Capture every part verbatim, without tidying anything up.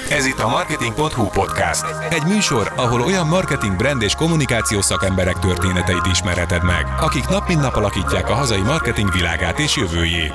Ez itt a Marketing pont hu podcast. Egy műsor, ahol olyan marketing, brand és kommunikációs szakemberek történeteit ismerheted meg, akik nap mint nap alakítják a hazai marketing világát és jövőjét.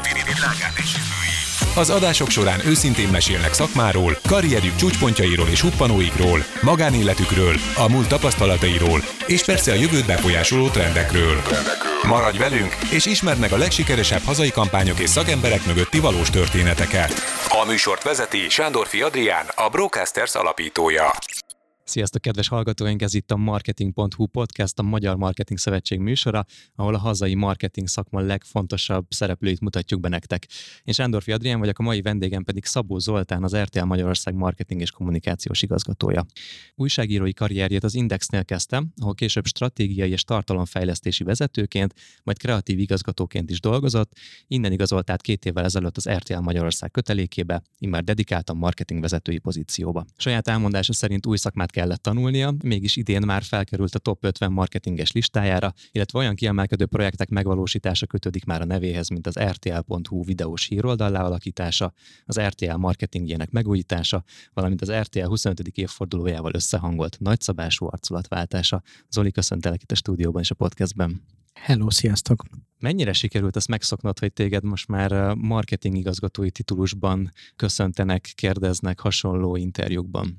Az adások során őszintén mesélnek szakmáról, karrierjük csúcspontjairól és huppanóikról, magánéletükről, a múlt tapasztalatairól, és persze a jövőt befolyásoló trendekről. Maradj velünk, és ismerd meg a legsikeresebb hazai kampányok és szakemberek mögötti valós történeteket. A műsort vezeti Sándorfi Adrián, a Brocasters alapítója. Sziasztok, kedves hallgatóink! Ez itt a Marketing pont hu podcast, a Magyar Marketing Szövetség műsora, ahol a hazai marketing szakma legfontosabb szereplőit mutatjuk be nektek. Én Sándorfi Adrián vagyok, a mai vendégem pedig Szabó Zoltán, az er té el Magyarország marketing és kommunikációs igazgatója. Újságírói karrierjét az Indexnél kezdtem, ahol később stratégiai és tartalomfejlesztési vezetőként, majd kreatív igazgatóként is dolgozott, innen igazolt át két évvel ezelőtt az er té el Magyarország kötelékébe, immár dedikáltan marketing vezetői pozícióba. Saját elmondása szerint új szakmát kellett tanulnia, mégis idén már felkerült a top ötven marketinges listájára, illetve olyan kiemelkedő projektek megvalósítása kötődik már a nevéhez, mint az er té el pont hu videós híroldallá alakítása, az er té el marketingjének megújítása, valamint az er té el huszonötödik évfordulójával összehangolt nagyszabású arculatváltása. Zoli, köszöntelek itt a stúdióban és a podcastben. Hello, sziasztok! Mennyire sikerült azt megszoknod, hogy téged most már marketing igazgatói titulusban köszöntenek, kérdeznek hasonló interjúkban?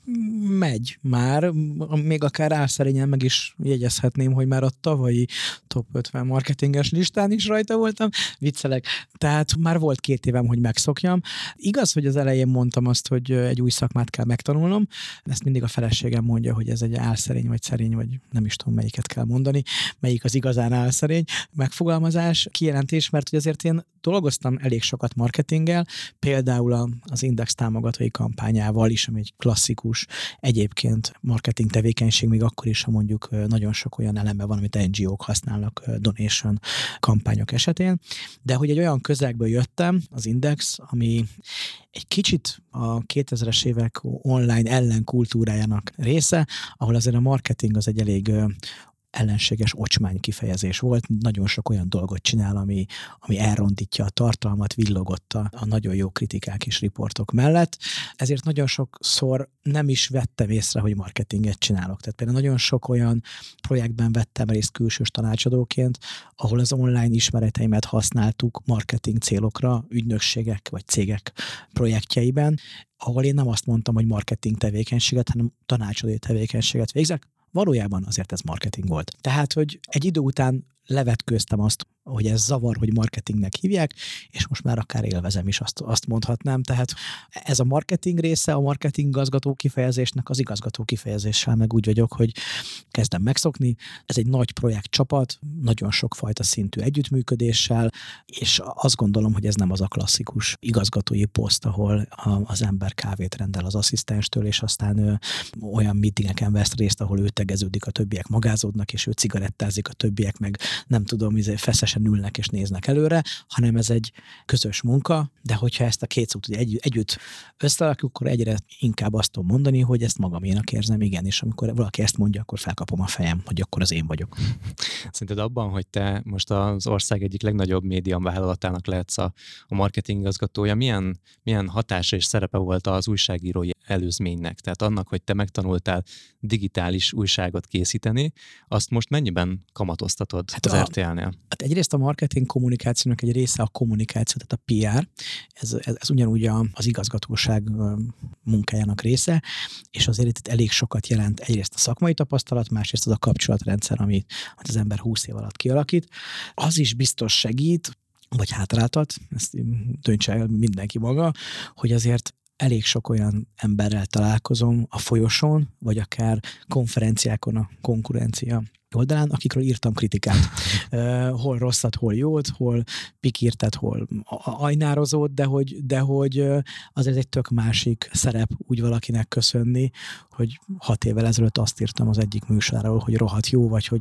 Megy már, még akár álszerényen meg is jegyezhetném, hogy már a tavalyi top ötven marketinges listán is rajta voltam, viccelek. Tehát már volt két évem, hogy megszokjam. Igaz, hogy az elején mondtam azt, hogy egy új szakmát kell megtanulnom, ezt mindig a feleségem mondja, hogy ez egy álszerény, vagy szerény, vagy nem is tudom, melyiket kell mondani, melyik az igazán álszerény megfogalmazás, kijelentés, mert hogy azért én dolgoztam elég sokat marketinggel, például az Index támogatói kampányával is, ami egy klasszikus egyébként marketing tevékenység, még akkor is, ha mondjuk nagyon sok olyan eleme van, amit en gé ók használnak donation kampányok esetén, de hogy egy olyan közegből jöttem, az Index, ami egy kicsit a kétezres évek online ellenkultúrájának része, ahol azért a marketing az egy elég ellenséges ocsmány kifejezés volt. Nagyon sok olyan dolgot csinál, ami, ami elrondítja a tartalmat, villogott a, a nagyon jó kritikák és riportok mellett. Ezért nagyon sokszor nem is vettem észre, hogy marketinget csinálok. Tehát például nagyon sok olyan projektben vettem részt külsős tanácsadóként, ahol az online ismereteimet használtuk marketing célokra, ügynökségek vagy cégek projektjeiben, ahol én nem azt mondtam, hogy marketing tevékenységet, hanem tanácsadói tevékenységet végzek. Valójában azért ez marketing volt. Tehát, hogy egy idő után levetkőztem azt, hogy ez zavar, hogy marketingnek hívják, és most már akár élvezem is, azt, azt mondhatnám. Tehát ez a marketing része, a marketing igazgató kifejezésnek az igazgató kifejezéssel meg úgy vagyok, hogy kezdem megszokni. Ez egy nagy projektcsapat, nagyon sokfajta szintű együttműködéssel, és azt gondolom, hogy ez nem az a klasszikus igazgatói poszt, ahol az ember kávét rendel az asszisztenstől, és aztán ő olyan meetingeken vesz részt, ahol ő tegeződik, a többiek magázódnak, és ő cigarettázik, a többiek meg nem tudom, feszesen ülnek és néznek előre, hanem ez egy közös munka, de hogyha ezt a két szót egy, együtt összerakjuk, akkor egyre inkább azt tudom mondani, hogy ezt magaménak érzem, igen, és amikor valaki ezt mondja, akkor felkapom a fejem, hogy akkor az én vagyok. Szerinted abban, hogy te most az ország egyik legnagyobb média vállalatának lehetsz a, a marketing igazgatója, milyen, milyen hatása és szerepe volt az újságírói előzménynek? Tehát annak, hogy te megtanultál digitális újságot készíteni, azt most mennyiben kamatoztatod hát az a, er té el-nél? Hát egyrészt a marketing kommunikációnak egy része a kommunikáció, tehát a pé er, ez, ez, ez ugyanúgy a, az igazgatóság munkájának része, és azért itt elég sokat jelent egyrészt a szakmai tapasztalat, másrészt az a kapcsolatrendszer, amit az ember húsz év alatt kialakít. Az is biztos segít, vagy hátráltat, ezt döntse el mindenki maga, hogy azért elég sok olyan emberrel találkozom a folyosón, vagy akár konferenciákon a konkurencia oldalán, akikről írtam kritikát. Uh, hol rosszat, hol jót, hol pikírtet, hol ajnározót, de hogy, de hogy azért egy tök másik szerep úgy valakinek köszönni, hogy hat évvel ezelőtt azt írtam az egyik műsoráról, hogy rohadt jó, vagy hogy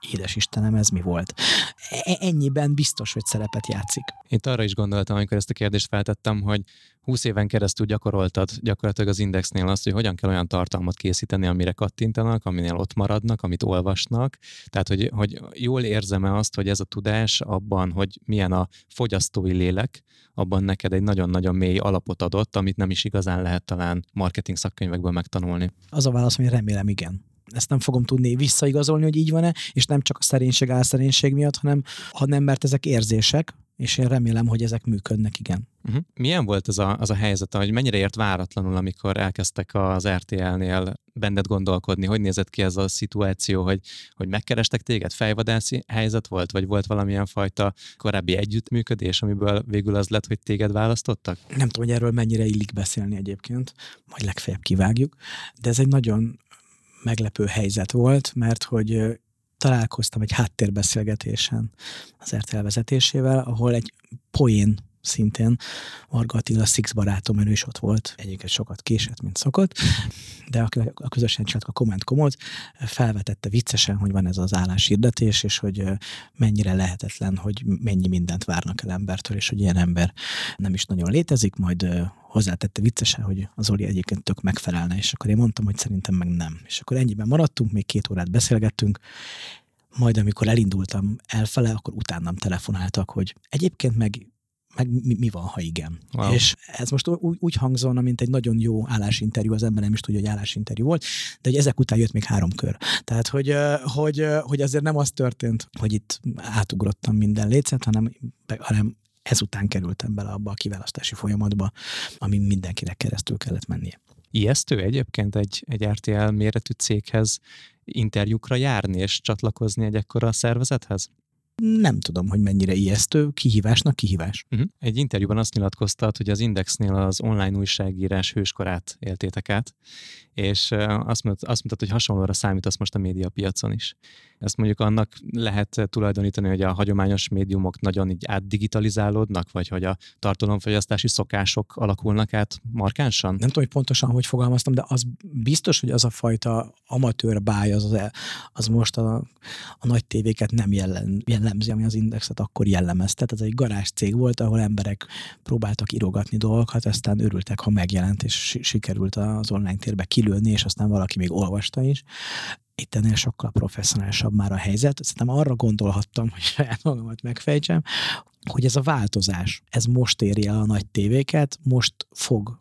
édes Istenem, ez mi volt? Ennyiben biztos, hogy szerepet játszik. Itt arra is gondoltam, amikor ezt a kérdést feltettem, hogy húsz éven keresztül gyakoroltad gyakorlatilag az Indexnél azt, hogy hogyan kell olyan tartalmat készíteni, amire kattintanak, aminél ott maradnak, amit olvasnak. Tehát, hogy, hogy jól érzem-e azt, hogy ez a tudás abban, hogy milyen a fogyasztói lélek, abban neked egy nagyon-nagyon mély alapot adott, amit nem is igazán lehet talán marketing szakkönyvekből megtanulni. Az a válasz, hogy remélem igen. Ezt nem fogom tudni visszaigazolni, hogy így van-e, és nem csak a szerénység, álszerénység miatt, hanem, hanem mert ezek érzések, és én remélem, hogy ezek működnek, igen. Uh-huh. Milyen volt az a, az a helyzet, hogy mennyire ért váratlanul, amikor elkezdtek az er té el-nél benned gondolkodni? Hogy nézett ki ez a szituáció, hogy, hogy megkerestek téged? Fejvadászi helyzet volt, vagy volt valamilyen fajta korábbi együttműködés, amiből végül az lett, hogy téged választottak? Nem tudom, hogy erről mennyire illik beszélni egyébként, majd legfeljebb kivágjuk, de ez egy nagyon meglepő helyzet volt, mert hogy találkoztam egy háttérbeszélgetésen az er té el vezetésével, ahol egy poén szintén Varga Attila Six barátom, ő is ott volt, egyiket sokat késett, mint szokott, de a közösen csináltak a Comment Komot, felvetette viccesen, hogy van ez az álláshirdetés, és hogy mennyire lehetetlen, hogy mennyi mindent várnak el embertől, és hogy ilyen ember nem is nagyon létezik, majd hozzátette viccesen, hogy az Oli egyébként tök megfelelne, és akkor én mondtam, hogy szerintem meg nem. És akkor ennyiben maradtunk, még két órát beszélgettünk, majd amikor elindultam elfele, akkor utánam telefonáltak, hogy egyébként meg meg mi, mi van, ha igen. Wow. És ez most úgy, úgy hangzana, mint egy nagyon jó állásinterjú, az ember nem is tudja, hogy állásinterjú volt, de hogy ezek után jött még három kör. Tehát, hogy, hogy, hogy azért nem az történt, hogy itt átugrottam minden lécet, hanem, hanem ezután kerültem bele abba a kiválasztási folyamatba, ami mindenkinek keresztül kellett mennie. Ijesztő egyébként egy, egy er té el méretű céghez interjúkra járni és csatlakozni egy ekkora szervezethez? Nem tudom, hogy mennyire ijesztő, kihívásnak kihívás. Uh-huh. Egy interjúban azt nyilatkoztat, hogy az Indexnél az online újságírás hőskorát éltétek át, és azt mondtad, azt mondtad, hogy hasonlóra számítasz most a médiapiacon is. Ezt mondjuk annak lehet tulajdonítani, hogy a hagyományos médiumok nagyon így átdigitalizálódnak, vagy hogy a tartalomfogyasztási szokások alakulnak át markánsan? Nem tudom, hogy pontosan hogy fogalmaztam, de az biztos, hogy az a fajta amatőr báj, az, az, az most a, a nagy tévéket nem jellen, jellemzi, ami az Indexet akkor jellemezte. Tehát ez egy garázs cég volt, ahol emberek próbáltak írogatni dolgokat, aztán örültek, ha megjelent, és sikerült az online térbe kilőni, és aztán valaki még olvasta is. Itt ennél sokkal professzionálisabb már a helyzet. Szerintem arra gondolhattam, hogy saját magamat megfejtsem, hogy ez a változás, ez most éri el a nagy tévéket, most fog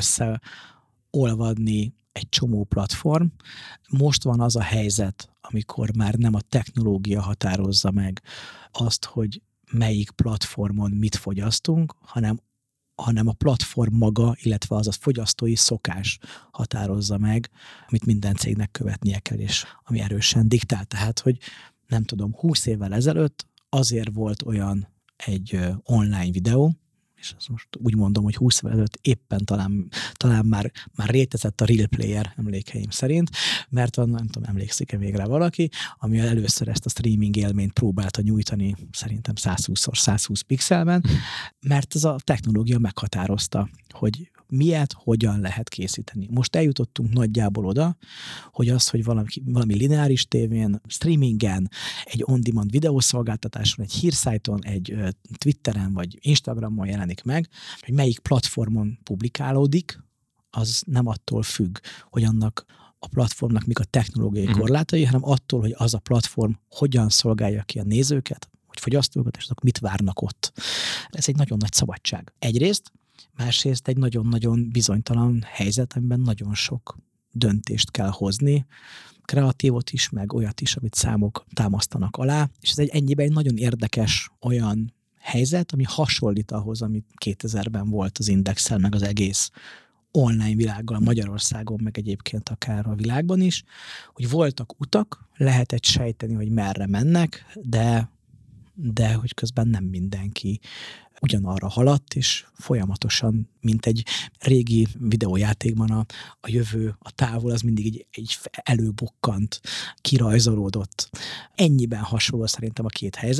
összeolvadni egy csomó platform. Most van az a helyzet, amikor már nem a technológia határozza meg azt, hogy melyik platformon mit fogyasztunk, hanem hanem a platform maga, illetve az a fogyasztói szokás határozza meg, amit minden cégnek követnie kell, és ami erősen diktál. Tehát, hogy nem tudom, húsz évvel ezelőtt azért volt olyan egy online videó, és azt most úgy mondom, hogy húsz évvel ezelőtt éppen talán, talán már, már létezett a Real Player emlékeim szerint, mert nem tudom, emlékszik-e még rá valaki, ami először ezt a streaming élményt próbálta nyújtani, szerintem száz húszszor száz húsz pixelben, mert ez a technológia meghatározta, hogy miért, hogyan lehet készíteni. Most eljutottunk nagyjából oda, hogy az, hogy valami, valami lineáris tévén, streamingen, egy on-demand videószolgáltatáson, egy hírszájton, egy Twitteren vagy Instagramon jelenik meg, hogy melyik platformon publikálódik, az nem attól függ, hogy annak a platformnak mik a technológiai uh-huh. korlátai, hanem attól, hogy az a platform hogyan szolgálja ki a nézőket, hogy fogyasztókat, és azok mit várnak ott. Ez egy nagyon nagy szabadság. Egyrészt, másrészt egy nagyon-nagyon bizonytalan helyzet, amiben nagyon sok döntést kell hozni, kreatívot is, meg olyat is, amit számok támasztanak alá, és ez egy ennyiben egy nagyon érdekes olyan helyzet, ami hasonlít ahhoz, ami kétezerben volt az Indexel, meg az egész online világgal, Magyarországon, meg egyébként akár a világban is, hogy voltak utak, lehetett sejteni, hogy merre mennek, de, de hogy közben nem mindenki ugyanarra haladt, és folyamatosan, mint egy régi videójátékban a, a jövő, a távol, az mindig így, így előbukkant, kirajzolódott. Ennyiben hasonló szerintem a két helyzet.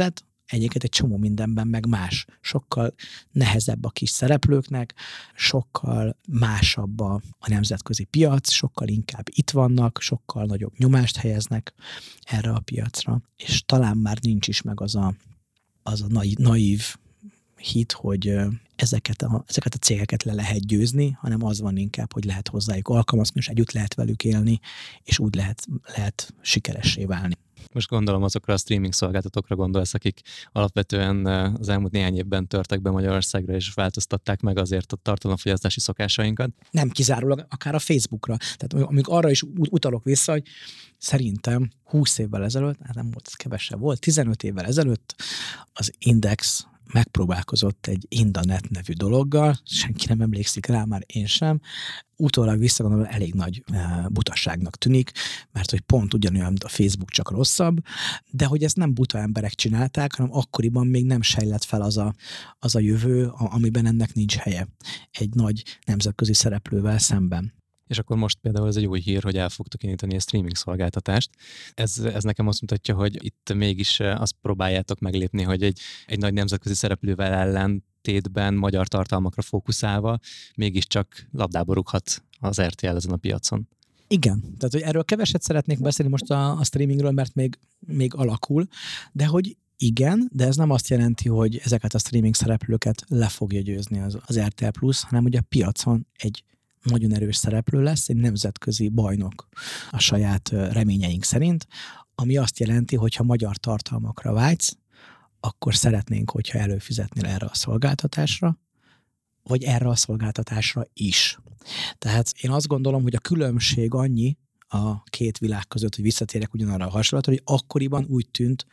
egyébként egy csomó mindenben meg más. Sokkal nehezebb a kis szereplőknek, sokkal másabb a, a nemzetközi piac, sokkal inkább itt vannak, sokkal nagyobb nyomást helyeznek erre a piacra, és talán már nincs is meg az a, az a naív, naív hit, hogy ezeket a, ezeket a cégeket le lehet győzni, hanem az van inkább, hogy lehet hozzájuk alkalmazkodni, és együtt lehet velük élni, és úgy lehet, lehet sikeressé válni. Most gondolom azokra a streaming szolgáltatókra gondolsz, akik alapvetően az elmúlt néhány évben törtek be Magyarországra, és változtatták meg azért a tartalomfogyasztási szokásainkat. Nem kizárólag, akár a Facebookra. Tehát amíg arra is utalok vissza, hogy szerintem húsz évvel ezelőtt, hát nem volt, ez kevesebb volt, tizenöt évvel ezelőtt az Index megpróbálkozott egy Indanet nevű dologgal, senki nem emlékszik rá, már én sem. Utólag visszagondolom, elég nagy uh, butasságnak tűnik, mert hogy pont ugyanolyan, mint a Facebook, csak rosszabb, de hogy ezt nem buta emberek csinálták, hanem akkoriban még nem sejlett fel az a, az a jövő, amiben ennek nincs helye egy nagy nemzetközi szereplővel szemben. És akkor most például ez egy új hír, hogy el fogtok indítani a streaming szolgáltatást. Ez, ez nekem azt mutatja, hogy itt mégis azt próbáljátok meglépni, hogy egy, egy nagy nemzetközi szereplővel ellentétben magyar tartalmakra fókuszálva mégiscsak labdába rúghat az er té el ezen a piacon. Igen, tehát hogy erről keveset szeretnék beszélni most a, a streamingről, mert még, még alakul, de hogy igen, de ez nem azt jelenti, hogy ezeket a streaming szereplőket le fogja győzni az, az er té el Plus, hanem hogy a piacon egy nagyon erős szereplő lesz, egy nemzetközi bajnok a saját reményeink szerint, ami azt jelenti, hogy ha magyar tartalmakra vágysz, akkor szeretnénk, hogyha előfizetnél erre a szolgáltatásra, vagy erre a szolgáltatásra is. Tehát én azt gondolom, hogy a különbség annyi a két világ között, hogy visszatérek ugyanarra a hasonlatra, hogy akkoriban úgy tűnt,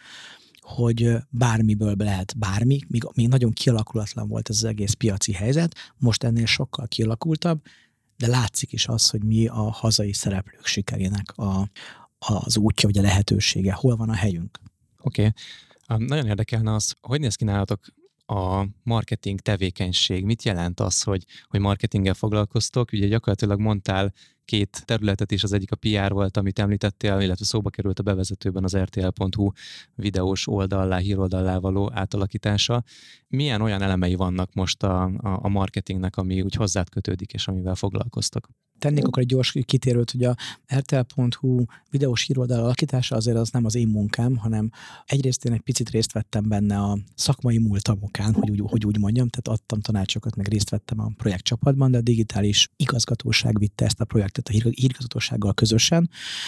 hogy bármiből lehet bármi, még, még nagyon kialakulatlan volt ez az egész piaci helyzet, most ennél sokkal kialakultabb, de látszik is az, hogy mi a hazai szereplők sikerének a, az útja, vagy a lehetősége, hol van a helyünk. Oké. Okay. Nagyon érdekelne az, hogy néz ki nálatok a marketing tevékenység? Mit jelent az, hogy, hogy marketinggel foglalkoztok? Ugye gyakorlatilag mondtál két területet is, az egyik a pé er volt, amit említettél, illetve szóba került a bevezetőben az er té el pont hú videós oldallá, híroldallá való átalakítása. Milyen olyan elemei vannak most a, a, a marketingnek, ami úgy hozzád kötődik, és amivel foglalkoztok? Tennék akkor egy gyors kitérőt, hogy a er té el pont hú videós híroldal alakítása azért az nem az én munkám, hanem egyrészt én egy picit részt vettem benne a szakmai múltamokán, hogy úgy, hogy úgy mondjam, tehát adtam tanácsokat, meg részt vettem a projektcsapatban, de a digitális igazgatóság vitte ezt a projektet a hírigazgatósággal közösen.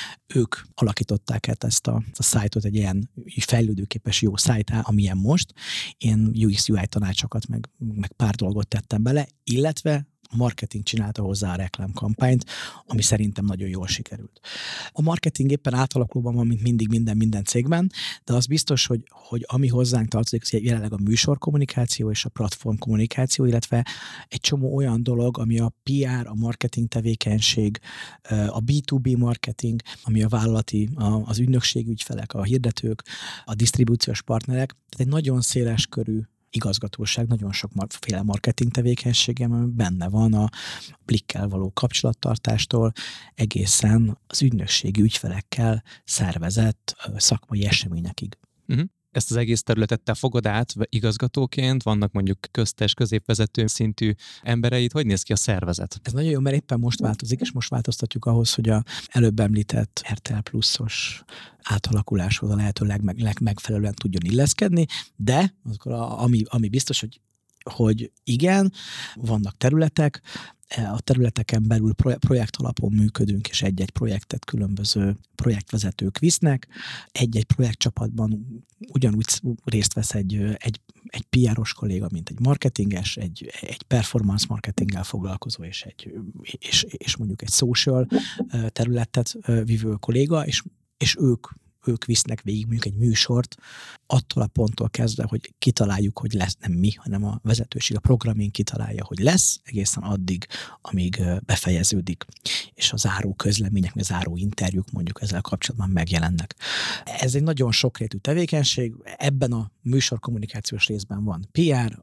Ők alakították át ezt a, ezt a szájtot egy ilyen fejlődőképes jó szájtá, amilyen most. Én u iksz u i tanácsokat, meg, meg pár dolgot tettem bele, illetve a marketing csinálta hozzá a reklámkampányt, ami szerintem nagyon jól sikerült. A marketing éppen átalakulóban van, mint mindig minden minden cégben, de az biztos, hogy, hogy ami hozzánk tartozik, az jelenleg a műsorkommunikáció és a platformkommunikáció, illetve egy csomó olyan dolog, ami a pé er, a marketing tevékenység, a bé kettő bé marketing, ami a vállalati, az ügynökség ügyfelek, a hirdetők, a disztribúciós partnerek, tehát egy nagyon széles körű igazgatóság, nagyon sokféle marketing tevékenységem benne van a blikkel való kapcsolattartástól egészen az ügynökségi ügyfelekkel szervezett szakmai eseményekig. Uh-huh. Ezt az egész területet te fogod át igazgatóként, vannak mondjuk köztes, középvezető szintű embereid, hogy néz ki a szervezet? Ez nagyon jó, mert éppen most változik, és most változtatjuk ahhoz, hogy a előbb említett er té el pluszos átalakuláshoz a lehető legmeg, legmegfelelően tudjon illeszkedni, de akkor a, ami, ami biztos, hogy hogy igen, vannak területek, a területeken belül projekt alapon működünk, és egy-egy projektet különböző projektvezetők visznek. Egy-egy projektcsapatban ugyanúgy részt vesz egy, egy, egy pé er-os kolléga, mint egy marketinges, egy, egy performance marketinggel foglalkozó, és, egy, és, és mondjuk egy social területet vívő kolléga, és, és ők ők visznek végig mondjuk egy műsort, attól a ponttól kezdve, hogy kitaláljuk, hogy lesz, nem mi, hanem a vezetőség, a programink kitalálja, hogy lesz, egészen addig, amíg befejeződik, és a záró közlemények, vagy a záró interjúk mondjuk ezzel kapcsolatban megjelennek. Ez egy nagyon sokrétű tevékenység, ebben a műsorkommunikációs részben van pé er, van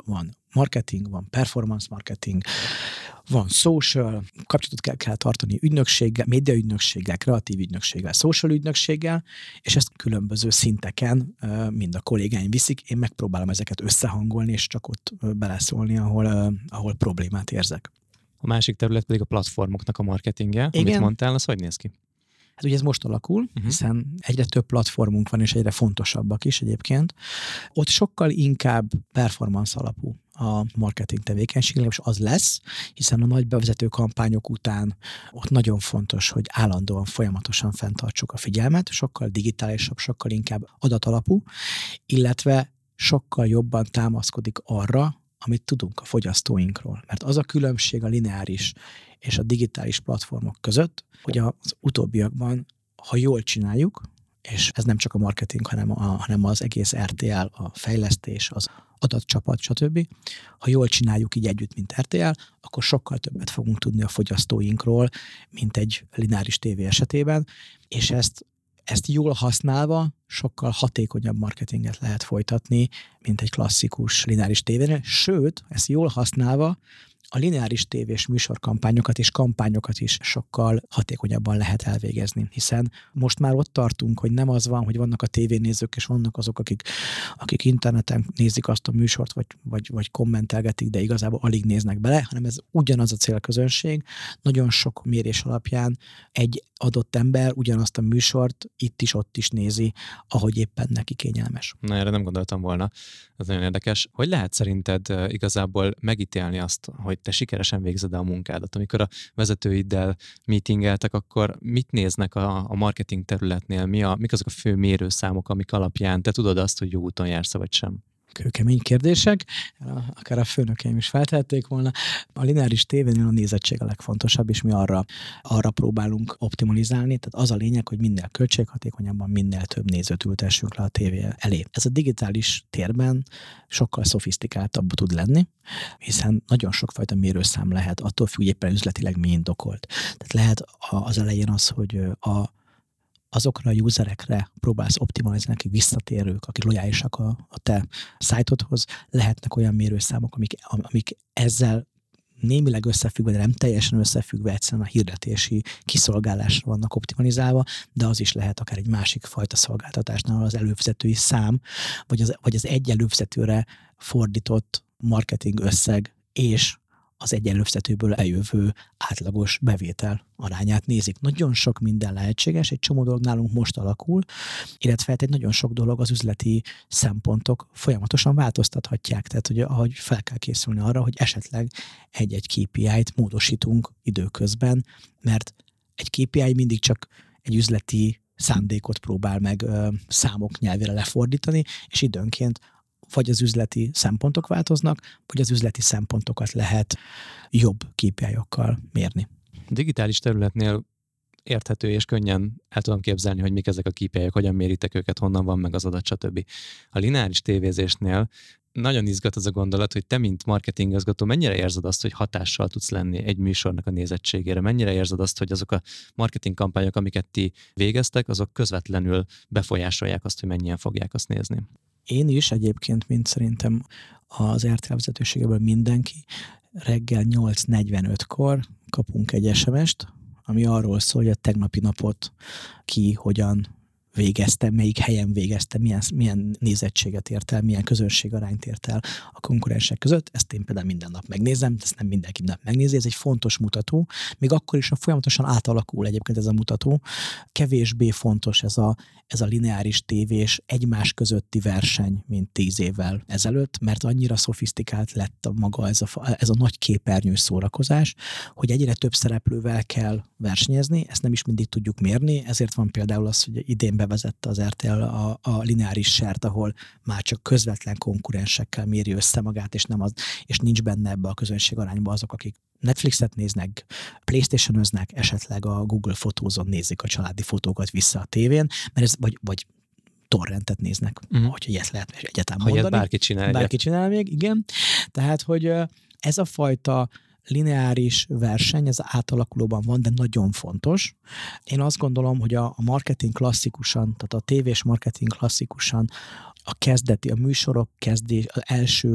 marketing, van performance marketing, van social, kapcsolatot kell, kell tartani ügynökséggel, média ügynökséggel, kreatív ügynökséggel, social ügynökséggel, és ezt különböző szinteken mind a kollégáim viszik. Én megpróbálom ezeket összehangolni, és csak ott beleszólni, ahol, ahol problémát érzek. A másik terület pedig a platformoknak a marketingje. Igen. Amit mondtál, az hogy néz ki? Hát ugye ez most alakul, uh-huh. hiszen egyre több platformunk van, és egyre fontosabbak is egyébként. Ott sokkal inkább performance alapú a marketing tevékenység, és az lesz, hiszen a nagy bevezető kampányok után ott nagyon fontos, hogy állandóan, folyamatosan fenntartsuk a figyelmet, sokkal digitálisabb, sokkal inkább adatalapú, illetve sokkal jobban támaszkodik arra, amit tudunk a fogyasztóinkról. Mert az a különbség a lineáris és a digitális platformok között, hogy az utóbbiakban, ha jól csináljuk, és ez nem csak a marketing, hanem, a, hanem az egész er té el, a fejlesztés, az adatcsapat, stb. Ha jól csináljuk így együtt, mint er té el, akkor sokkal többet fogunk tudni a fogyasztóinkról, mint egy lineáris tévé esetében, és ezt Ezt jól használva sokkal hatékonyabb marketinget lehet folytatni, mint egy klasszikus lineáris tévénél. Sőt, ezt jól használva a lineáris tévés műsorkampányokat és kampányokat is sokkal hatékonyabban lehet elvégezni, hiszen most már ott tartunk, hogy nem az van, hogy vannak a tévénézők, és vannak azok, akik, akik interneten nézik azt a műsort, vagy, vagy, vagy kommentelgetik, de igazából alig néznek bele, hanem ez ugyanaz a célközönség. Nagyon sok mérés alapján egy adott ember ugyanazt a műsort itt is, ott is nézi, ahogy éppen neki kényelmes. Na, erre nem gondoltam volna. Ez nagyon érdekes. Hogy lehet szerinted igazából megítélni azt, hogy te sikeresen végzed a munkádat? Amikor a vezetőiddel meetingeltek, akkor mit néznek a, a marketing területnél? Mi a, mik azok a fő mérőszámok, amik alapján te tudod azt, hogy jó úton jársz, vagy sem? Kőkemény kérdések, akár a főnökeim is feltehették volna. A lineáris tévénél a nézettség a legfontosabb, és mi arra, arra próbálunk optimalizálni. Tehát az a lényeg, hogy minél költséghatékonyabban, minél több nézőt ültessünk le a tévé elé. Ez a digitális térben sokkal szofisztikáltabb tud lenni, hiszen nagyon sokfajta mérőszám lehet, attól függ, hogy éppen üzletileg mi indokolt. Tehát lehet az elején az, hogy a azokra a userekre próbálsz optimalizálni, akik visszatérők, akik lojálisak a, a te szájtodhoz, lehetnek olyan mérőszámok, amik, amik ezzel némileg összefüggve, de nem teljesen összefüggve, egyszerűen a hirdetési kiszolgálásra vannak optimalizálva, de az is lehet akár egy másik fajta szolgáltatásnál az előfizetői szám, vagy az, vagy az egy előfizetőre fordított marketing összeg és az egy előfizetőből eljövő átlagos bevétel arányát nézik. Nagyon sok minden lehetséges, egy csomó dolog nálunk most alakul, illetve egy nagyon sok dolog az üzleti szempontok folyamatosan változtathatják, tehát hogy ahogy fel kell készülni arra, hogy esetleg egy-egy ká pé í-t módosítunk időközben, mert egy ká pé í mindig csak egy üzleti szándékot próbál meg ö, számok nyelvére lefordítani, és időnként vagy az üzleti szempontok változnak, vagy az üzleti szempontokat lehet jobb ká pé í-okkal mérni. A digitális területnél érthető és könnyen el tudom képzelni, hogy mik ezek a ká pé í-ok, hogyan méritek őket, honnan van meg az adat, stb. A lineáris tévézésnél nagyon izgat az a gondolat, hogy te, mint marketingigazgató, mennyire érzed azt, hogy hatással tudsz lenni egy műsornak a nézettségére? Mennyire érzed azt, hogy azok a marketing kampányok, amiket ti végeztek, azok közvetlenül befolyásolják azt, hogy mennyien fogják azt nézni? Én is egyébként, mint szerintem az er té el vezetőségéből mindenki, reggel nyolc negyvenötkor kapunk egy es em est, ami arról szól, hogy a tegnapi napot ki hogyan végezte, melyik helyen végezte, milyen, milyen nézettséget ért el, milyen közönségarányt ért el a konkurensek között. Ezt én például minden nap megnézem, ezt nem mindenki nap megnézi, ez egy fontos mutató. Még akkor is, ha folyamatosan átalakul egyébként ez a mutató, kevésbé fontos ez a, ez a lineáris tévés egymás közötti verseny, mint tíz évvel ezelőtt, mert annyira szofisztikált lett a maga ez a, ez a nagy képernyős szórakozás, hogy egyre több szereplővel kell versenyezni, ezt nem is mindig tudjuk mérni, ezért van például az, hogy idén bevezette az er té el a, a lineáris sert, ahol már csak közvetlen konkurensekkel méri össze magát, és, nem az, és nincs benne ebbe a közönségarányba azok, akik Netflixet néznek, PlayStation-öznek, esetleg a Google Fotózon nézik a családi fotókat vissza a tévén, mert ez vagy, vagy torrentet néznek, uh-huh. hogyha ilyet lehet egyáltalán mondani. Ha bárki csinálja. Bárki csinál még, igen. Tehát, hogy ez a fajta lineáris verseny, ez átalakulóban van, de nagyon fontos. Én azt gondolom, hogy a, a marketing klasszikusan, tehát a tévés marketing klasszikusan a kezdeti, a műsorok kezdés, az első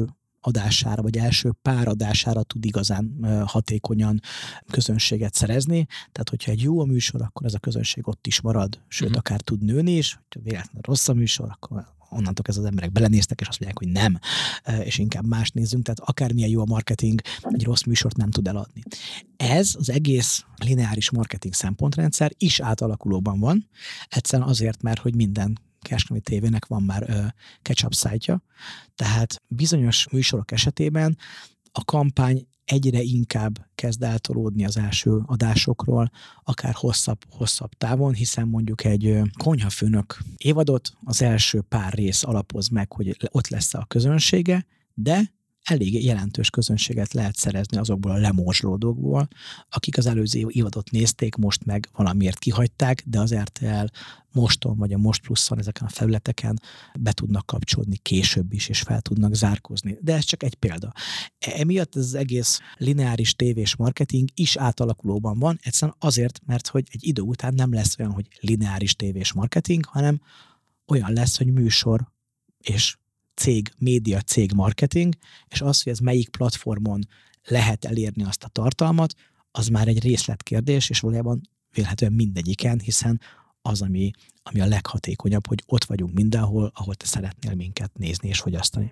adására, vagy első pár adására tud igazán hatékonyan közönséget szerezni. Tehát, hogyha egy jó a műsor, akkor ez a közönség ott is marad, sőt, mm. akár tud nőni is. Ha véletlenül rossz a műsor, akkor onnantól ez az emberek belenéztek, és azt mondják, hogy nem, és inkább más nézzünk. Tehát akármilyen jó a marketing, egy rossz műsort nem tud eladni. Ez az egész lineáris marketing szempontrendszer is átalakulóban van. Egyszerűen azért, mert hogy minden kereskedelmi tévének van már uh, catch-up szájtja, tehát bizonyos műsorok esetében a kampány egyre inkább kezd eltolódni az első adásokról, akár hosszabb, hosszabb távon, hiszen mondjuk egy konyhafőnök évadot az első pár rész alapoz meg, hogy ott lesz a közönsége, de elég jelentős közönséget lehet szerezni azokból a lemorzsolódókból, akik az előző évadot nézték, most meg valamiért kihagyták, de az er té el Moston vagy a Most Pluszon ezeken a felületeken be tudnak kapcsolódni később is, és fel tudnak zárkózni. De ez csak egy példa. Emiatt ez az egész lineáris tévés marketing is átalakulóban van, egyszerűen azért, mert hogy egy idő után nem lesz olyan, hogy lineáris tévés marketing, hanem olyan lesz, hogy műsor és cég, média cég marketing, és az, hogy ez melyik platformon lehet elérni azt a tartalmat, az már egy részletkérdés, és valójában vélhetően mindegyiken, hiszen az, ami, ami a leghatékonyabb, hogy ott vagyunk mindenhol, ahol te szeretnél minket nézni és fogyasztani.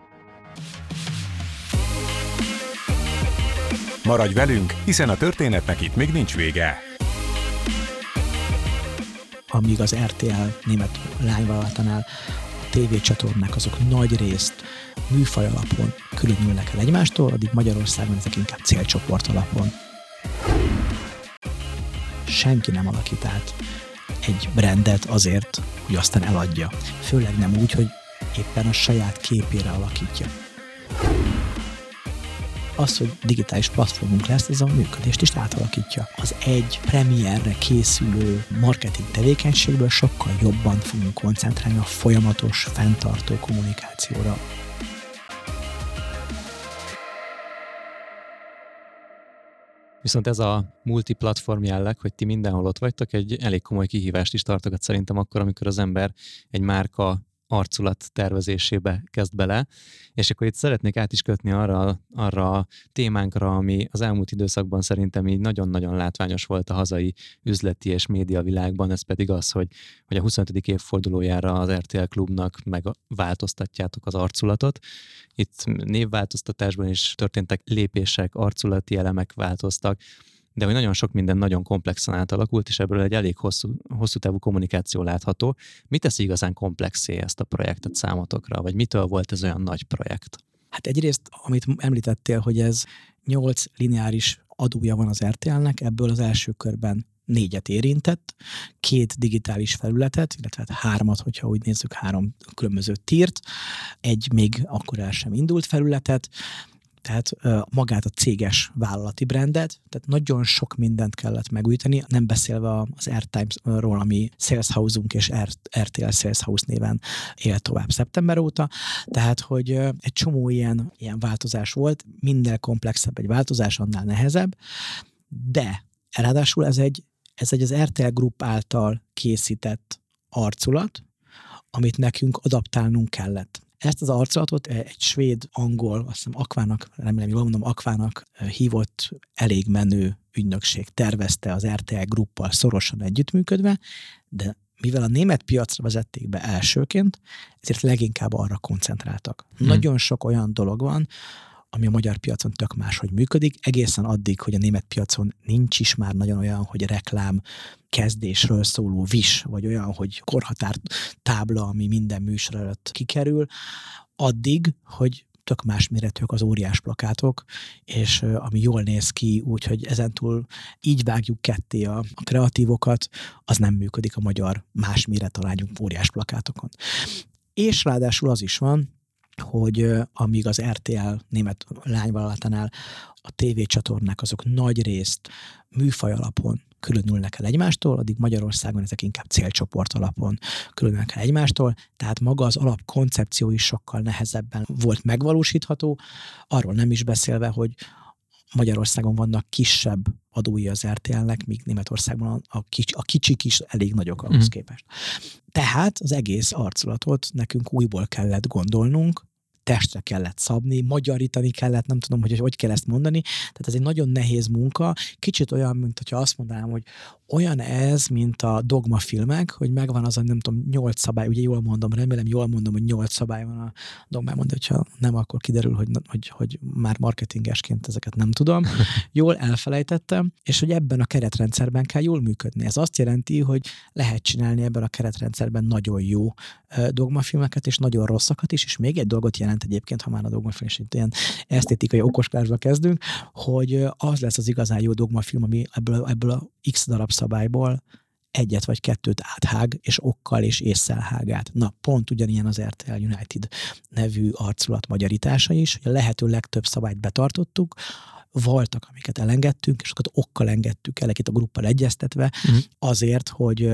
Maradj velünk, hiszen a történetnek itt még nincs vége. Amíg az er té el német lányvállalatánál tévécsatornák azok nagy részt műfaj alapon különülnek el egymástól, addig Magyarországon ezek inkább célcsoport alapon. Senki nem alakít át egy brandet azért, hogy aztán eladja. Főleg nem úgy, hogy éppen a saját képére alakítja. Az, hogy digitális platformunk lesz, ez a működést is átalakítja. Az egy premierre készülő marketing tevékenységből sokkal jobban fogunk koncentrálni a folyamatos, fenntartó kommunikációra. Viszont ez a multiplatform jelleg, hogy ti mindenhol ott vagytok, egy elég komoly kihívást is tartogat szerintem akkor, amikor az ember egy márka arculat tervezésébe kezd bele, és akkor itt szeretnék át is kötni arra, arra a témánkra, ami az elmúlt időszakban szerintem így nagyon-nagyon látványos volt a hazai üzleti és média világban, ez pedig az, hogy, hogy a huszonötödik évfordulójára az er té el Klubnak megváltoztatjátok az arculatot. Itt névváltoztatásban is történtek lépések, arculati elemek változtak, de hogy nagyon sok minden nagyon komplexen átalakult, és ebből egy elég hosszú, hosszú távú kommunikáció látható. Mi teszi igazán komplexé ezt a projektet számotokra, vagy mitől volt ez olyan nagy projekt? Hát egyrészt, amit említettél, hogy ez nyolc lineáris adója van az er té elnek, ebből az első körben négyet érintett, két digitális felületet, illetve hát hármat, hogyha úgy nézzük, három különböző tírt, egy még akkor el sem indult felületet, tehát magát a céges vállalati brandet, tehát nagyon sok mindent kellett megújítani, nem beszélve az Airtime-ról, ami Sales House-unk és er té el Sales House néven él tovább szeptember óta, tehát hogy egy csomó ilyen, ilyen változás volt, minél komplexebb egy változás, annál nehezebb, de ráadásul ez egy, ez egy az er té el Group által készített arculat, amit nekünk adaptálnunk kellett. Ezt az arculatot egy svéd, angol, azt hiszem Akvának, remélem jól mondom, Akvának hívott elég menő ügynökség tervezte az er té el Gruppal szorosan együttműködve, de mivel a német piacra vezették be elsőként, ezért leginkább arra koncentráltak. Hmm. Nagyon sok olyan dolog van, ami a magyar piacon tök máshogy működik, egészen addig, hogy a német piacon nincs is már nagyon olyan, hogy reklám kezdésről szóló vis, vagy olyan, hogy korhatár tábla, ami minden műsor előtt kikerül, addig, hogy tök más méretűek az óriás plakátok, és uh, ami jól néz ki, úgyhogy ezentúl így vágjuk ketté a, a kreatívokat, az nem működik a magyar más méretarányú óriás plakátokon. És ráadásul az is van, hogy amíg az er té el német lányvállalatánál a tévécsatornák azok nagy részt műfaj alapon különülnek el egymástól, addig Magyarországon ezek inkább célcsoport alapon különülnek el egymástól, tehát maga az alapkoncepció is sokkal nehezebben volt megvalósítható, arról nem is beszélve, hogy Magyarországon vannak kisebb adói az er té elnek, míg Németországban a, kicsi, a kicsik is elég nagyok ahhoz mm. képest. Tehát az egész arculatot nekünk újból kellett gondolnunk, testre kellett szabni, magyarítani kellett, nem tudom, hogy hogy kell ezt mondani. Tehát ez egy nagyon nehéz munka. Kicsit olyan, mint hogyha azt mondanám, hogy olyan ez, mint a dogma filmek, hogy megvan az a, nem tudom, nyolc szabály, ugye jól mondom, remélem jól mondom, hogy nyolc szabály van a dogmában, de hogyha nem, akkor kiderül, hogy, hogy, hogy már marketingesként ezeket nem tudom. Jól elfelejtettem, és hogy ebben a keretrendszerben kell jól működni. Ez azt jelenti, hogy lehet csinálni ebben a keretrendszerben nagyon jó dogmafilmeket, és nagyon rosszakat is, és még egy dolgot jelent egyébként, ha már a dogmafilm is ilyen esztétikai okoskásba kezdünk, hogy az lesz az igazán jó dogmafilm, ami ebből, ebből a X darab szabályból egyet vagy kettőt áthág, és okkal és ésszel hág át. Na, pont ugyanilyen az er té el United nevű arculat magyarítása is, hogy a lehető legtöbb szabályt betartottuk, voltak, amiket elengedtünk, és azokat okkal engedtük el, itt a gruppal egyeztetve, uh-huh. azért, hogy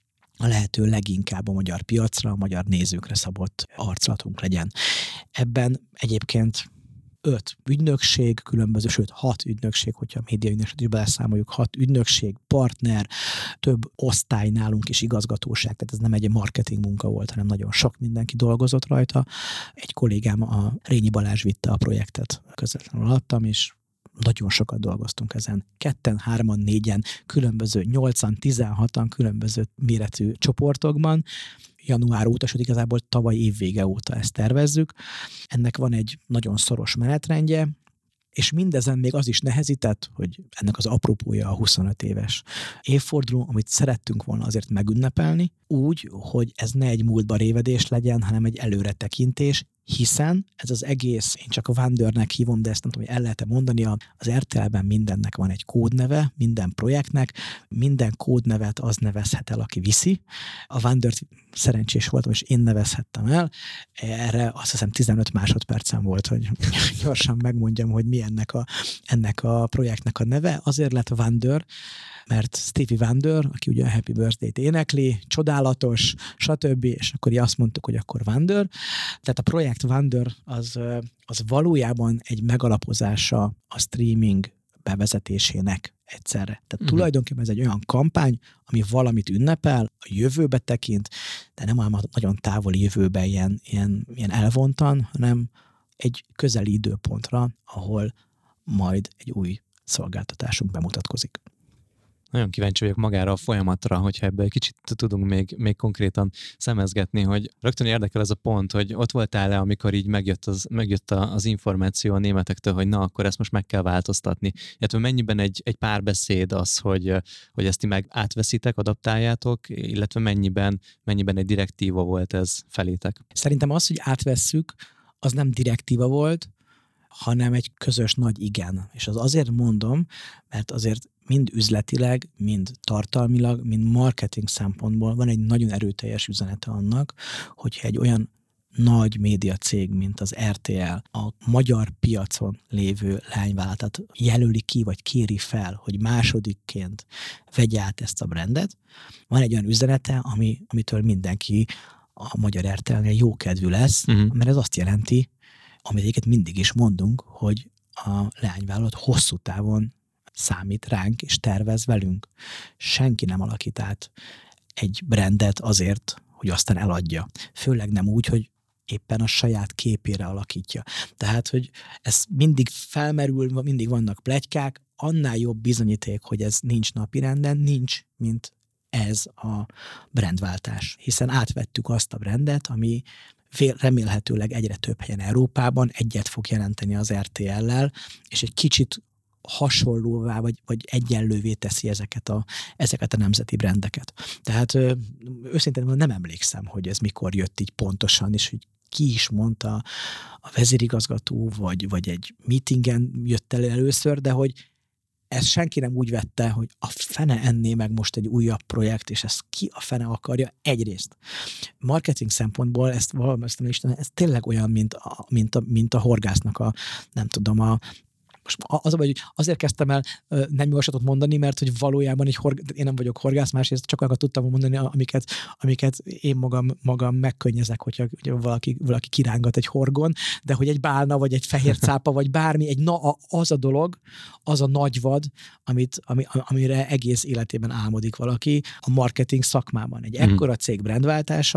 a lehető leginkább a magyar piacra, a magyar nézőkre szabott arculatunk legyen. Ebben egyébként öt ügynökség, különböző, sőt hat ügynökség, hogyha a média ügynökséget is beleszámoljuk, hat ügynökség, partner, több osztály nálunk is, igazgatóság, tehát ez nem egy marketing munka volt, hanem nagyon sok mindenki dolgozott rajta. Egy kollégám, a Rényi Balázs vitte a projektet közvetlenül alattam, és nagyon sokat dolgoztunk ezen. Ketten, hárman, négyen, különböző, nyolcan, tizenhatan különböző méretű csoportokban. Január óta, sőt igazából tavaly évvége óta ezt tervezzük. Ennek van egy nagyon szoros menetrendje, és mindezen még az is nehezített, hogy ennek az apropója a huszonöt éves évforduló, amit szerettünk volna azért megünnepelni, úgy, hogy ez ne egy múltba révedés legyen, hanem egy előretekintés, hiszen ez az egész, én csak a Wondernek hívom, de ezt nem tudom, hogy el lehet-e mondani, az er té el-ben mindennek van egy kódneve, minden projektnek, minden kódnevet az nevezhet el, aki viszi. A Wondert szerencsés voltam, és én nevezhettem el. Erre azt hiszem tizenöt másodpercen volt, hogy gyorsan megmondjam, hogy mi ennek a, ennek a projektnek a neve. Azért lett Wonder, mert Stevie Wonder, aki ugye a Happy Birthday-t énekli, csodálatos, stb., és akkor azt mondtuk, hogy akkor Wonder. Tehát a projekt Wonder az, az valójában egy megalapozása a streaming bevezetésének egyszerre. Tehát uh-huh. tulajdonképpen ez egy olyan kampány, ami valamit ünnepel, a jövőbe tekint, de nem ám nagyon távoli jövőben ilyen, ilyen, ilyen elvontan, hanem egy közeli időpontra, ahol majd egy új szolgáltatásunk bemutatkozik. Nagyon kíváncsi vagyok magára a folyamatra, hogyha ebből egy kicsit tudunk még, még konkrétan szemezgetni, hogy rögtön érdekel ez a pont, hogy ott voltál-e, amikor így megjött az, megjött az információ a németektől, hogy na, akkor ezt most meg kell változtatni. Illetve mennyiben egy, egy párbeszéd az, hogy, hogy ezt ti meg átveszitek, adaptáljátok, illetve mennyiben, mennyiben egy direktíva volt ez felétek? Szerintem az, hogy átvesszük, az nem direktíva volt, hanem egy közös nagy igen. És az azért mondom, mert azért mind üzletileg, mind tartalmilag, mind marketing szempontból van egy nagyon erőteljes üzenete annak, hogyha egy olyan nagy média cég, mint az er té el a magyar piacon lévő leányvállalatot jelöli ki, vagy kéri fel, hogy másodikként vegye át ezt a brandet, van egy olyan üzenete, ami, amitől mindenki a magyar er té el-nél jókedvű lesz, uh-huh. mert ez azt jelenti, amit egyébként mindig is mondunk, hogy a leányvállalat hosszú távon számít ránk, és tervez velünk. Senki nem alakít át egy brandet azért, hogy aztán eladja. Főleg nem úgy, hogy éppen a saját képére alakítja. Tehát, hogy ez mindig felmerül, mindig vannak pletykák, annál jobb bizonyíték, hogy ez nincs napirenden, nincs, mint ez a brandváltás. Hiszen átvettük azt a brandet, ami remélhetőleg egyre több helyen Európában egyet fog jelenteni az er té el-lel, és egy kicsit hasonlóvá, vagy, vagy egyenlővé teszi ezeket a, ezeket a nemzeti brandeket. Tehát ö, őszintén nem emlékszem, hogy ez mikor jött így pontosan, és hogy ki is mondta a vezérigazgató, vagy, vagy egy meetingen jött el először, de hogy ezt senki nem úgy vette, hogy a fene enné meg most egy újabb projekt, és ezt ki a fene akarja egyrészt. Marketing szempontból ezt valamelyik Isten, ez tényleg olyan, mint a, mint a, mint a horgásznak a, nem tudom, a most az, hogy azért kezdtem el nem javaslatot mondani, mert hogy valójában egy horg... én nem vagyok horgász, másrészt csak olyanokat tudtam mondani, amiket, amiket én magam, magam megkönnyezek, hogyha, hogyha valaki, valaki kirángat egy horgon, de hogy egy bálna, vagy egy fehér cápa, vagy bármi, egy na, az a dolog, az a nagy vad, amit, ami, amire egész életében álmodik valaki a marketing szakmában. Egy ekkora cég brandváltása,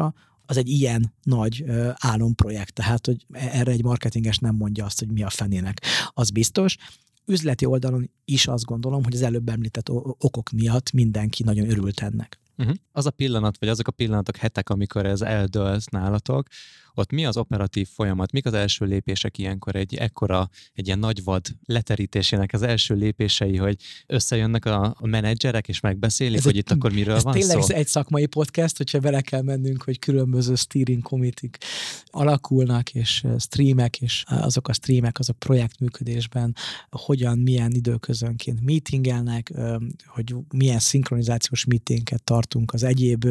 az egy ilyen nagy uh, álomprojekt, tehát hogy erre egy marketinges nem mondja azt, hogy mi a fenének. Az biztos. Üzleti oldalon is azt gondolom, hogy az előbb említett okok miatt mindenki nagyon örült ennek. Uh-huh. Az a pillanat, vagy azok a pillanatok, hetek, amikor ez eldőlt nálatok, ott mi az operatív folyamat, mik az első lépések ilyenkor egy ekkora, egy ilyen nagy vad leterítésének az első lépései, hogy összejönnek a, a menedzserek, és megbeszélik, ez hogy egy, itt akkor miről ez van tényleg szó? egy szakmai podcast, hogyha bele kell mennünk, hogy különböző steering committee alakulnak, és streamek, és azok a streamek, azok projektműködésben hogyan, milyen időközönként meetingelnek, hogy milyen szinkronizációs meetinget tartunk az egyéb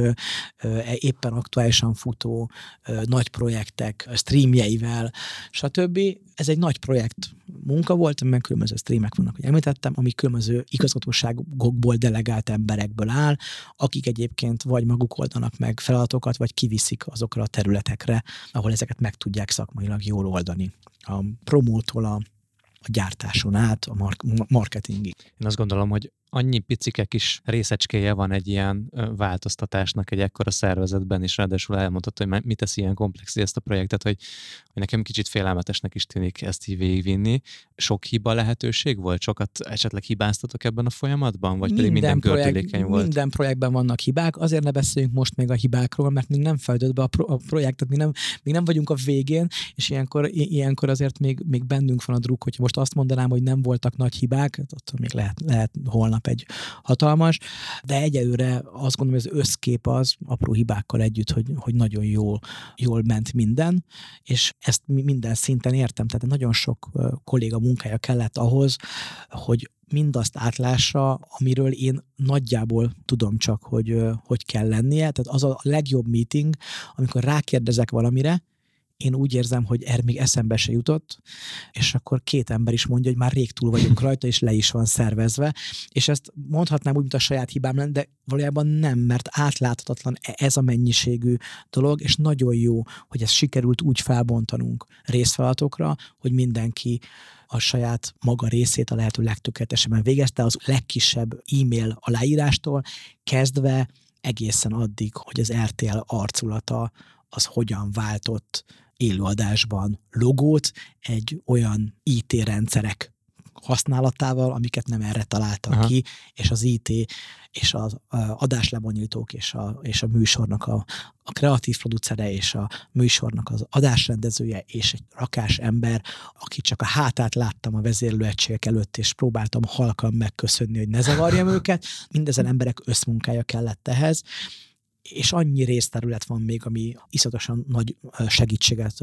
éppen aktuálisan futó nagy projektek streamjeivel, stb. Ez egy nagy projekt munka volt, amiben különböző streamek vannak, hogy említettem, ami különböző igazgatóságokból delegált emberekből áll, akik egyébként vagy maguk oldanak meg feladatokat, vagy kiviszik azokra a területekre, ahol ezeket meg tudják szakmailag jól oldani. A promótól a, a gyártáson át, a mark- marketingig. Én azt gondolom, hogy annyi picike kis részecskéje van egy ilyen változtatásnak egy ekkora szervezetben, és ráadásul elmondható, hogy mit tesz ilyen komplexé ezt a projektet, hogy, hogy nekem kicsit félelmetesnek is tűnik ezt így végigvinni. Sok hiba lehetőség volt? Sokat esetleg hibáztatok ebben a folyamatban? Vagy pedig minden, minden gördülékeny volt? Minden projektben vannak hibák, azért ne beszéljünk most még a hibákról, mert még nem fejlődött be a, pro, a projektet, még nem, még nem vagyunk a végén, és ilyenkor, ilyenkor azért még, még bennünk van a druk, hogyha most azt mondanám, hogy nem voltak nagy hibák, ott még lehet, lehet holnap egy hatalmas, de egyelőre azt gondolom, hogy az összkép az apró hibákkal együtt, hogy, hogy nagyon jól, jól ment minden, és ezt minden szinten értem, tehát nagyon sok kolléga munkája kellett ahhoz, hogy mindazt átlássa, amiről én nagyjából tudom csak, hogy hogy kell lennie. Tehát az a legjobb meeting, amikor rákérdezek valamire, én úgy érzem, hogy erre még eszembe se jutott, és akkor két ember is mondja, hogy már rég túl vagyunk rajta, és le is van szervezve. És ezt mondhatnám úgy, mint a saját hibám lenne, de valójában nem, mert átláthatatlan ez a mennyiségű dolog, és nagyon jó, hogy ezt sikerült úgy felbontanunk részfeladatokra, hogy mindenki a saját maga részét a lehető legtökéletesebben végezte, az legkisebb e-mail aláírástól kezdve egészen addig, hogy az er té el arculata az hogyan váltott élőadásban logót egy olyan í té rendszerek használatával, amiket nem erre találtak Aha. ki, és az í té és az adáslebonyolítók és a, és a műsornak a, a kreatív producere és a műsornak az adásrendezője és egy rakás ember, aki csak a hátát láttam a vezérlőegységek előtt, és próbáltam halkan megköszönni, hogy ne zavarjam őket. Mindezen emberek összmunkája kellett ehhez, és annyi részterület van még, ami iszonyatosan nagy segítséget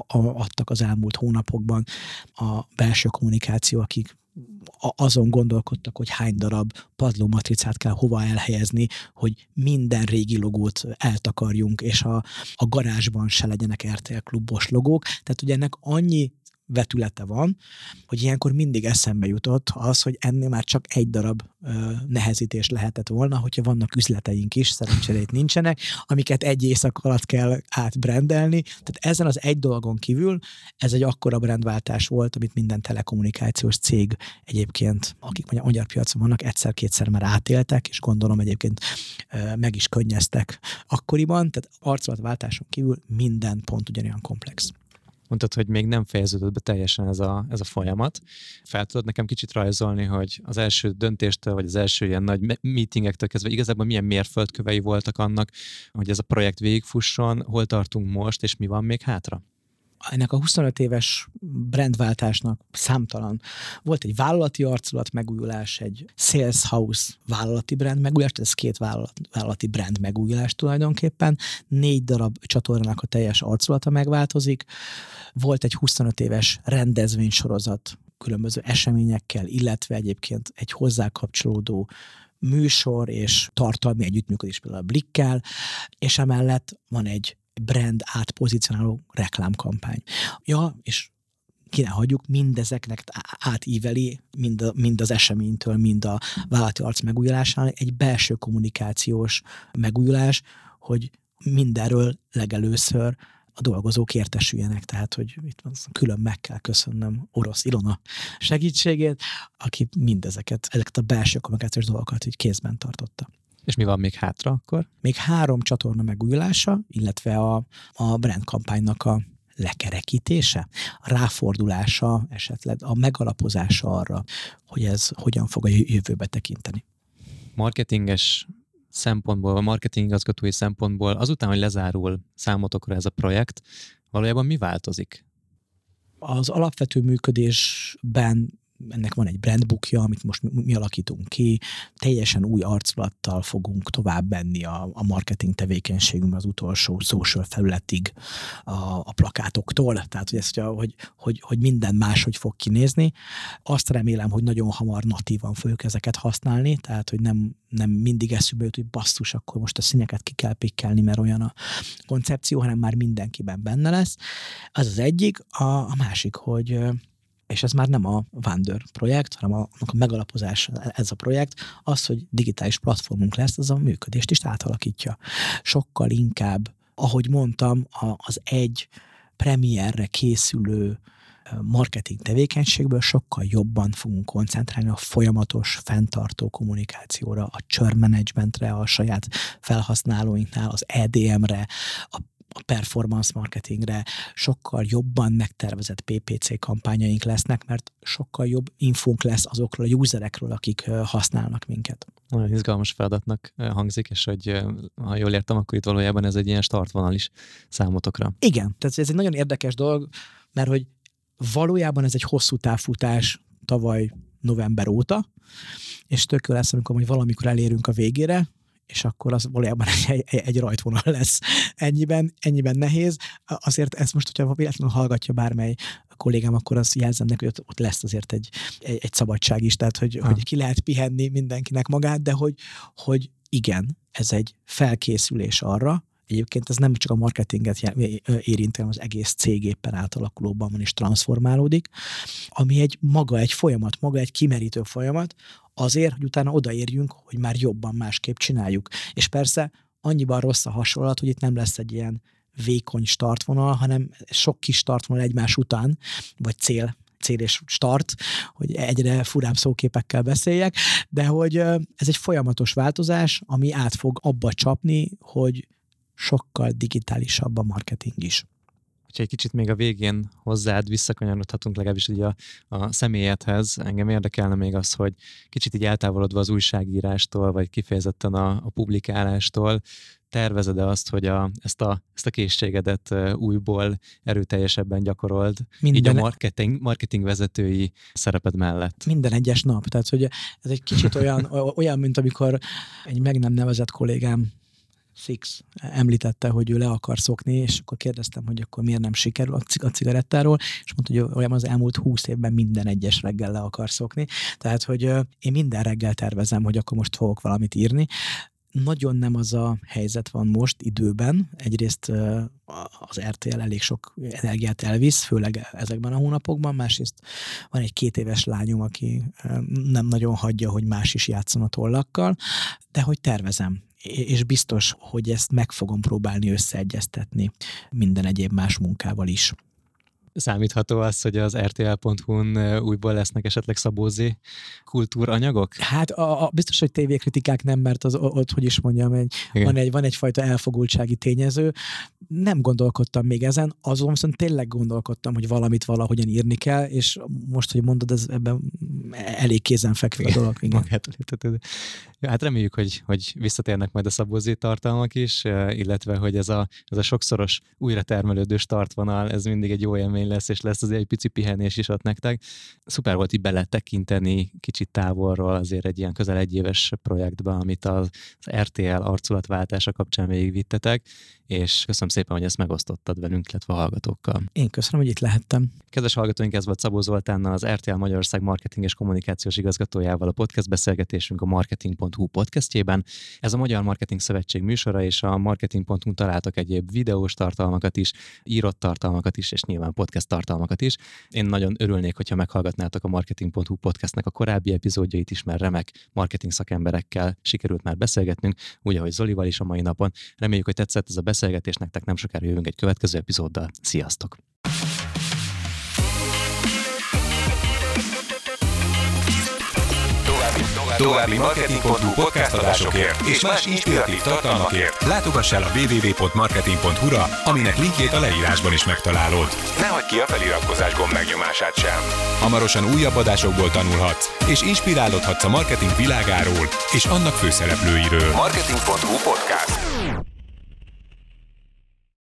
adtak az elmúlt hónapokban a belső kommunikáció, akik azon gondolkodtak, hogy hány darab padlómatricát kell hova elhelyezni, hogy minden régi logót eltakarjunk, és a, a garázsban se legyenek er té el klubos logók. Tehát ugye ennek annyi vetülete van, hogy ilyenkor mindig eszembe jutott az, hogy ennél már csak egy darab ö, nehezítés lehetett volna, hogyha vannak üzleteink is, szerencsére itt nincsenek, amiket egy éjszak alatt kell átbrendelni. Tehát ezen az egy dolgon kívül ez egy akkora brandváltás volt, amit minden telekommunikációs cég egyébként, akik a magyar piacon vannak, egyszer-kétszer már átéltek, és gondolom egyébként ö, meg is könnyeztek akkoriban. Tehát arculatváltáson kívül minden pont ugyanolyan komplex. Mondtad, hogy még nem fejeződött be teljesen ez a, ez a folyamat. Fel tudod nekem kicsit rajzolni, hogy az első döntéstől, vagy az első ilyen nagy meetingektől kezdve igazából milyen mérföldkövei voltak annak, hogy ez a projekt végigfusson, hol tartunk most, és mi van még hátra? Ennek a huszonöt éves brandváltásnak számtalan. Volt egy vállalati arculat megújulás, egy sales house vállalati brand megújulás, ez két vállalat, vállalati brand megújulás tulajdonképpen. Négy darab csatornának a teljes arculata megváltozik. Volt egy huszonöt éves rendezvénysorozat különböző eseményekkel, illetve egyébként egy hozzá kapcsolódó műsor és tartalmi együttműködés például a Blickkel, és emellett van egy brand átpozicionáló reklámkampány. Ja, és ki ne hagyjuk, mindezeknek átíveli, mind, a, mind az eseménytől, mind a vállalati arc megújulásán egy belső kommunikációs megújulás, hogy mindenről legelőször a dolgozók értesüljenek, tehát, hogy itt van, külön meg kell köszönnöm Orosz Ilona segítségét, aki mindezeket, ezeket a belső kommunikációs dolgokat így kézben tartotta. És mi van még hátra akkor? Még három csatorna megújulása, illetve a, a brand kampánynak a lekerekítése, a ráfordulása, esetleg a megalapozása arra, hogy ez hogyan fog a jövőbe tekinteni. Marketinges szempontból, vagy marketing igazgatói szempontból azután, hogy lezárul számotokra ez a projekt, valójában mi változik? Az alapvető működésben ennek van egy brandbookja, amit most mi, mi alakítunk ki, teljesen új arculattal fogunk tovább menni a, a marketing tevékenységünkben az utolsó social felületig a, a plakátoktól, tehát hogy, ezt, hogy, hogy, hogy minden máshogy fog kinézni. Azt remélem, hogy nagyon hamar natívan fogjuk ezeket használni, tehát hogy nem, nem mindig eszünkbe jut, hogy basszus, akkor most a színeket ki kell pikkelni, mert olyan a koncepció, hanem már mindenkiben benne lesz. Az az egyik, a, a másik, hogy és ez már nem a Wander projekt, hanem a, a megalapozás, ez a projekt, az, hogy digitális platformunk lesz, az a működést is átalakítja. Sokkal inkább, ahogy mondtam, az egy premierre készülő marketing tevékenységből sokkal jobban fogunk koncentrálni a folyamatos, fenntartó kommunikációra, a churn managementre, a saját felhasználóinknál, az E D M-re, a a performance marketingre, sokkal jobban megtervezett P P C kampányaink lesznek, mert sokkal jobb infónk lesz azokról a userekről, akik használnak minket. Nagyon izgalmas feladatnak hangzik, és hogy ha jól értem, akkor itt valójában ez egy ilyen startvonal is számotokra. Igen, tehát ez egy nagyon érdekes dolog, mert hogy valójában ez egy hosszú távfutás tavaly november óta, és tök jó lesz, amikor majd valamikor elérünk a végére, és akkor az valójában egy, egy, egy rajtvonal lesz. Ennyiben, ennyiben nehéz. Azért ezt most, hogyha véletlenül hallgatja bármely kollégám, akkor azt jelzem neki, hogy ott, ott lesz azért egy, egy, egy szabadság is, tehát hogy, hogy ki lehet pihenni mindenkinek magát, de hogy, hogy igen, ez egy felkészülés arra. Egyébként ez nem csak a marketinget érinti, hanem az egész cég éppen átalakulóban van és transformálódik, ami egy maga egy folyamat, maga egy kimerítő folyamat, azért, hogy utána odaérjünk, hogy már jobban másképp csináljuk. És persze annyiban rossz a hasonlat, hogy itt nem lesz egy ilyen vékony startvonal, hanem sok kis startvonal egymás után, vagy cél, cél és start, hogy egyre furább szóképekkel beszéljek, de hogy ez egy folyamatos változás, ami át fog abba csapni, hogy sokkal digitálisabb a marketing is. Ha egy kicsit még a végén hozzád visszakanyarodhatunk legalábbis így a, a személyedhez, engem érdekelne még az, hogy kicsit így eltávolodva az újságírástól, vagy kifejezetten a, a publikálástól, tervezed-e azt, hogy a, ezt, a, ezt a készségedet újból erőteljesebben gyakorold, minden, így a marketing, marketing vezetői szereped mellett? Minden egyes nap. Tehát, hogy ez egy kicsit olyan, olyan, mint amikor egy meg nem nevezett kollégám Six említette, hogy ő le akar szokni, és akkor kérdeztem, hogy akkor miért nem sikerül a cigarettáról, és mondta, hogy olyan az elmúlt húsz évben minden egyes reggel le akar szokni. Tehát, hogy én minden reggel tervezem, hogy akkor most fogok valamit írni. Nagyon nem az a helyzet van most időben. Egyrészt az er té el elég sok energiát elvisz, főleg ezekben a hónapokban, másrészt van egy két éves lányom, aki nem nagyon hagyja, hogy más is játszon a tollakkal, de hogy tervezem. És biztos, hogy ezt meg fogom próbálni összeegyeztetni minden egyéb más munkával is. Számítható az, hogy az er té el pont hu-n újból lesznek esetleg Szabózé kultúranyagok? Hát a, a, biztos, hogy tévékritikák nem, mert az ott, hogy is mondjam, egy, van, egy, van egyfajta elfogultsági tényező. Nem gondolkodtam még ezen, azon viszont tényleg gondolkodtam, hogy valamit valahogyan írni kell, és most, hogy mondod, ez ebben elég kézenfekvő a dolog. Ja, hát reméljük, hogy, hogy visszatérnek majd a Szabózé tartalmak is, illetve, hogy ez a, ez a sokszoros újra termelődő startvonal, ez mindig egy jó élmény lesz, és lesz azért egy pici pihenés is ott nektek. Szuper volt így beletekinteni kicsit távolról azért egy ilyen közel egyéves projektbe, amit az er té el arculatváltása kapcsán végigvittetek, és köszönöm szépen, hogy ezt megosztottad velünk, illetve a hallgatókkal. Én köszönöm, hogy itt lehettem. Kedves hallgatóink, ez volt Szabó Zoltánnal, az er té el Magyarország marketing és kommunikációs igazgatójával a podcast beszélgetésünk a marketing pont hu podcastjében. Ez a Magyar Marketing Szövetség műsora, és a marketing pont hu találtak egyéb videós tartalmakat is, írott tartalmakat is, és nyilván podcast tartalmakat is. Én nagyon örülnék, hogyha meghallgatnátok a marketing pont hu podcastnek a korábbi epizódjait is, mert remek marketing szakemberekkel sikerült már beszélgetnünk, úgy, ahogy Zolival is a mai napon. Reméljük, hogy tetszett ez a beszélgetés nektek, nem sokára jövünk egy következő epizóddal. Sziasztok! További, további További marketing pont hu podcast adásokért és más inspiratív tartalmakért látogass el a double-u double-u double-u pont marketing pont hu-ra, aminek linkjét a leírásban is megtalálod. Ne hagyd ki a feliratkozás gomb megnyomását sem. Hamarosan újabb adásokból tanulhatsz, és inspirálódhatsz a marketing világáról és annak főszereplőiről. marketing pont hu podcast.